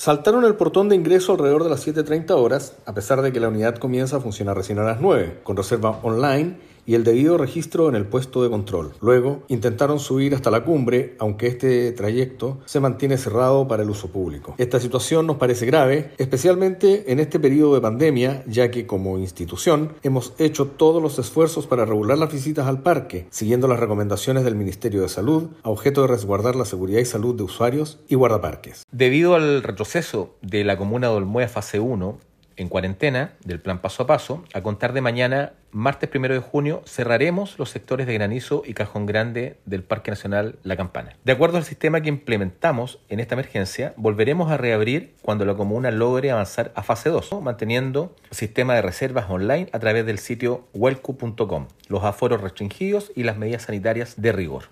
Saltaron el portón de ingreso alrededor de las 7:30 horas, a pesar de que la unidad comienza a funcionar recién a las 9, con reserva online y el debido registro en el puesto de control. Luego, intentaron subir hasta la cumbre, aunque este trayecto se mantiene cerrado para el uso público. Esta situación nos parece grave, especialmente en este periodo de pandemia, ya que como institución hemos hecho todos los esfuerzos para regular las visitas al parque, siguiendo las recomendaciones del Ministerio de Salud, a objeto de resguardar la seguridad y salud de usuarios y guardaparques. Debido al retroceso de la comuna de Olmué fase 1, en cuarentena del plan paso a paso, a contar de mañana, martes 1 de junio, cerraremos los sectores de Granizo y Cajón Grande del Parque Nacional La Campana. De acuerdo al sistema que implementamos en esta emergencia, volveremos a reabrir cuando la comuna logre avanzar a fase 2, manteniendo sistema de reservas online a través del sitio welcu.com, los aforos restringidos y las medidas sanitarias de rigor.